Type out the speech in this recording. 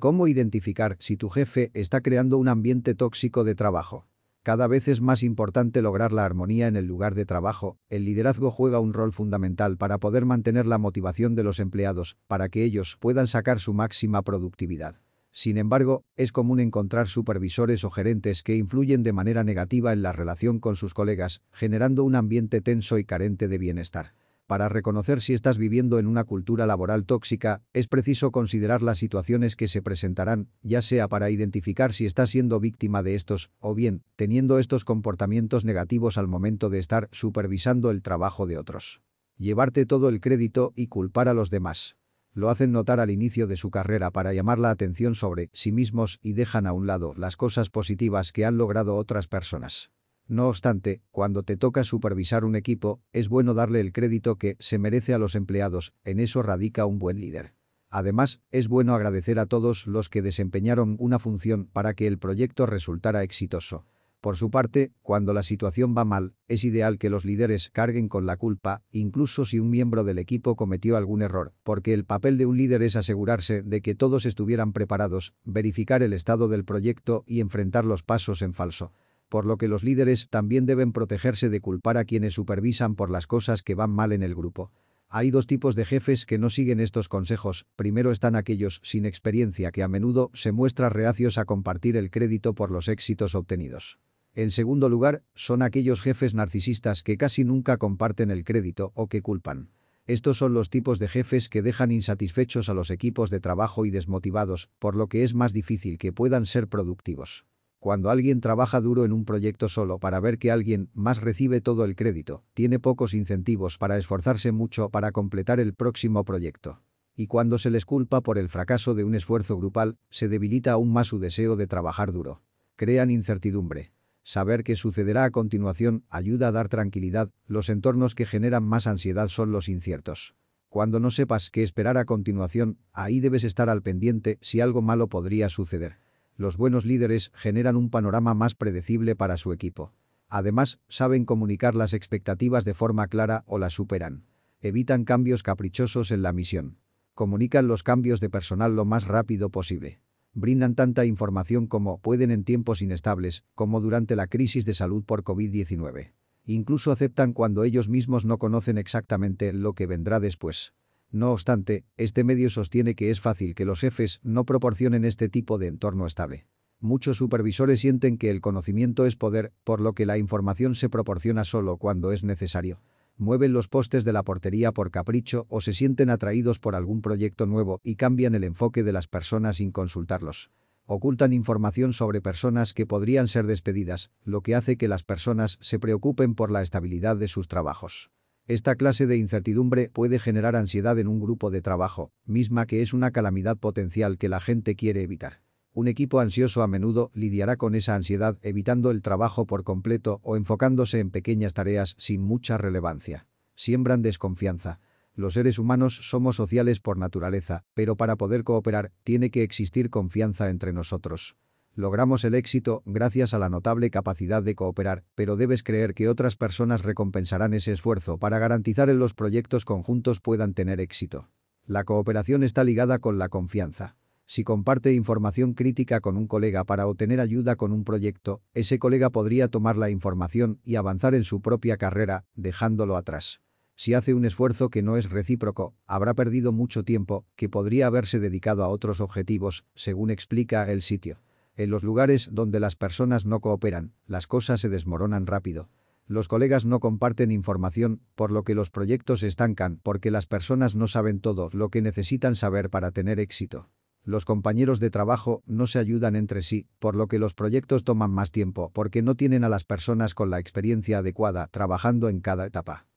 ¿Cómo identificar si tu jefe está creando un ambiente tóxico de trabajo? Cada vez es más importante lograr la armonía en el lugar de trabajo. El liderazgo juega un rol fundamental para poder mantener la motivación de los empleados, para que ellos puedan sacar su máxima productividad. Sin embargo, es común encontrar supervisores o gerentes que influyen de manera negativa en la relación con sus colegas, generando un ambiente tenso y carente de bienestar. Para reconocer si estás viviendo en una cultura laboral tóxica, es preciso considerar las situaciones que se presentarán, ya sea para identificar si estás siendo víctima de estos, o bien, teniendo estos comportamientos negativos al momento de estar supervisando el trabajo de otros. Llevarte todo el crédito y culpar a los demás. Lo hacen notar al inicio de su carrera para llamar la atención sobre sí mismos y dejan a un lado las cosas positivas que han logrado otras personas. No obstante, cuando te toca supervisar un equipo, es bueno darle el crédito que se merece a los empleados, en eso radica un buen líder. Además, es bueno agradecer a todos los que desempeñaron una función para que el proyecto resultara exitoso. Por su parte, cuando la situación va mal, es ideal que los líderes carguen con la culpa, incluso si un miembro del equipo cometió algún error, porque el papel de un líder es asegurarse de que todos estuvieran preparados, verificar el estado del proyecto y enfrentar los pasos en falso. Por lo que los líderes también deben protegerse de culpar a quienes supervisan por las cosas que van mal en el grupo. Hay dos tipos de jefes que no siguen estos consejos. Primero están aquellos sin experiencia que a menudo se muestran reacios a compartir el crédito por los éxitos obtenidos. En segundo lugar, son aquellos jefes narcisistas que casi nunca comparten el crédito o que culpan. Estos son los tipos de jefes que dejan insatisfechos a los equipos de trabajo y desmotivados, por lo que es más difícil que puedan ser productivos. Cuando alguien trabaja duro en un proyecto solo para ver que alguien más recibe todo el crédito, tiene pocos incentivos para esforzarse mucho para completar el próximo proyecto. Y cuando se les culpa por el fracaso de un esfuerzo grupal, se debilita aún más su deseo de trabajar duro. Crean incertidumbre. Saber qué sucederá a continuación ayuda a dar tranquilidad. Los entornos que generan más ansiedad son los inciertos. Cuando no sepas qué esperar a continuación, ahí debes estar al pendiente si algo malo podría suceder. Los buenos líderes generan un panorama más predecible para su equipo. Además, saben comunicar las expectativas de forma clara o las superan. Evitan cambios caprichosos en la misión. Comunican los cambios de personal lo más rápido posible. Brindan tanta información como pueden en tiempos inestables, como durante la crisis de salud por COVID-19. Incluso aceptan cuando ellos mismos no conocen exactamente lo que vendrá después. No obstante, este medio sostiene que es fácil que los jefes no proporcionen este tipo de entorno estable. Muchos supervisores sienten que el conocimiento es poder, por lo que la información se proporciona solo cuando es necesario. Mueven los postes de la portería por capricho o se sienten atraídos por algún proyecto nuevo y cambian el enfoque de las personas sin consultarlos. Ocultan información sobre personas que podrían ser despedidas, lo que hace que las personas se preocupen por la estabilidad de sus trabajos. Esta clase de incertidumbre puede generar ansiedad en un grupo de trabajo, misma que es una calamidad potencial que la gente quiere evitar. Un equipo ansioso a menudo lidiará con esa ansiedad evitando el trabajo por completo o enfocándose en pequeñas tareas sin mucha relevancia. Siembran desconfianza. Los seres humanos somos sociales por naturaleza, pero para poder cooperar, tiene que existir confianza entre nosotros. Logramos el éxito gracias a la notable capacidad de cooperar, pero debes creer que otras personas recompensarán ese esfuerzo para garantizar que los proyectos conjuntos puedan tener éxito. La cooperación está ligada con la confianza. Si comparte información crítica con un colega para obtener ayuda con un proyecto, ese colega podría tomar la información y avanzar en su propia carrera, dejándolo atrás. Si hace un esfuerzo que no es recíproco, habrá perdido mucho tiempo que podría haberse dedicado a otros objetivos, según explica el sitio. En los lugares donde las personas no cooperan, las cosas se desmoronan rápido. Los colegas no comparten información, por lo que los proyectos se estancan porque las personas no saben todo lo que necesitan saber para tener éxito. Los compañeros de trabajo no se ayudan entre sí, por lo que los proyectos toman más tiempo porque no tienen a las personas con la experiencia adecuada trabajando en cada etapa.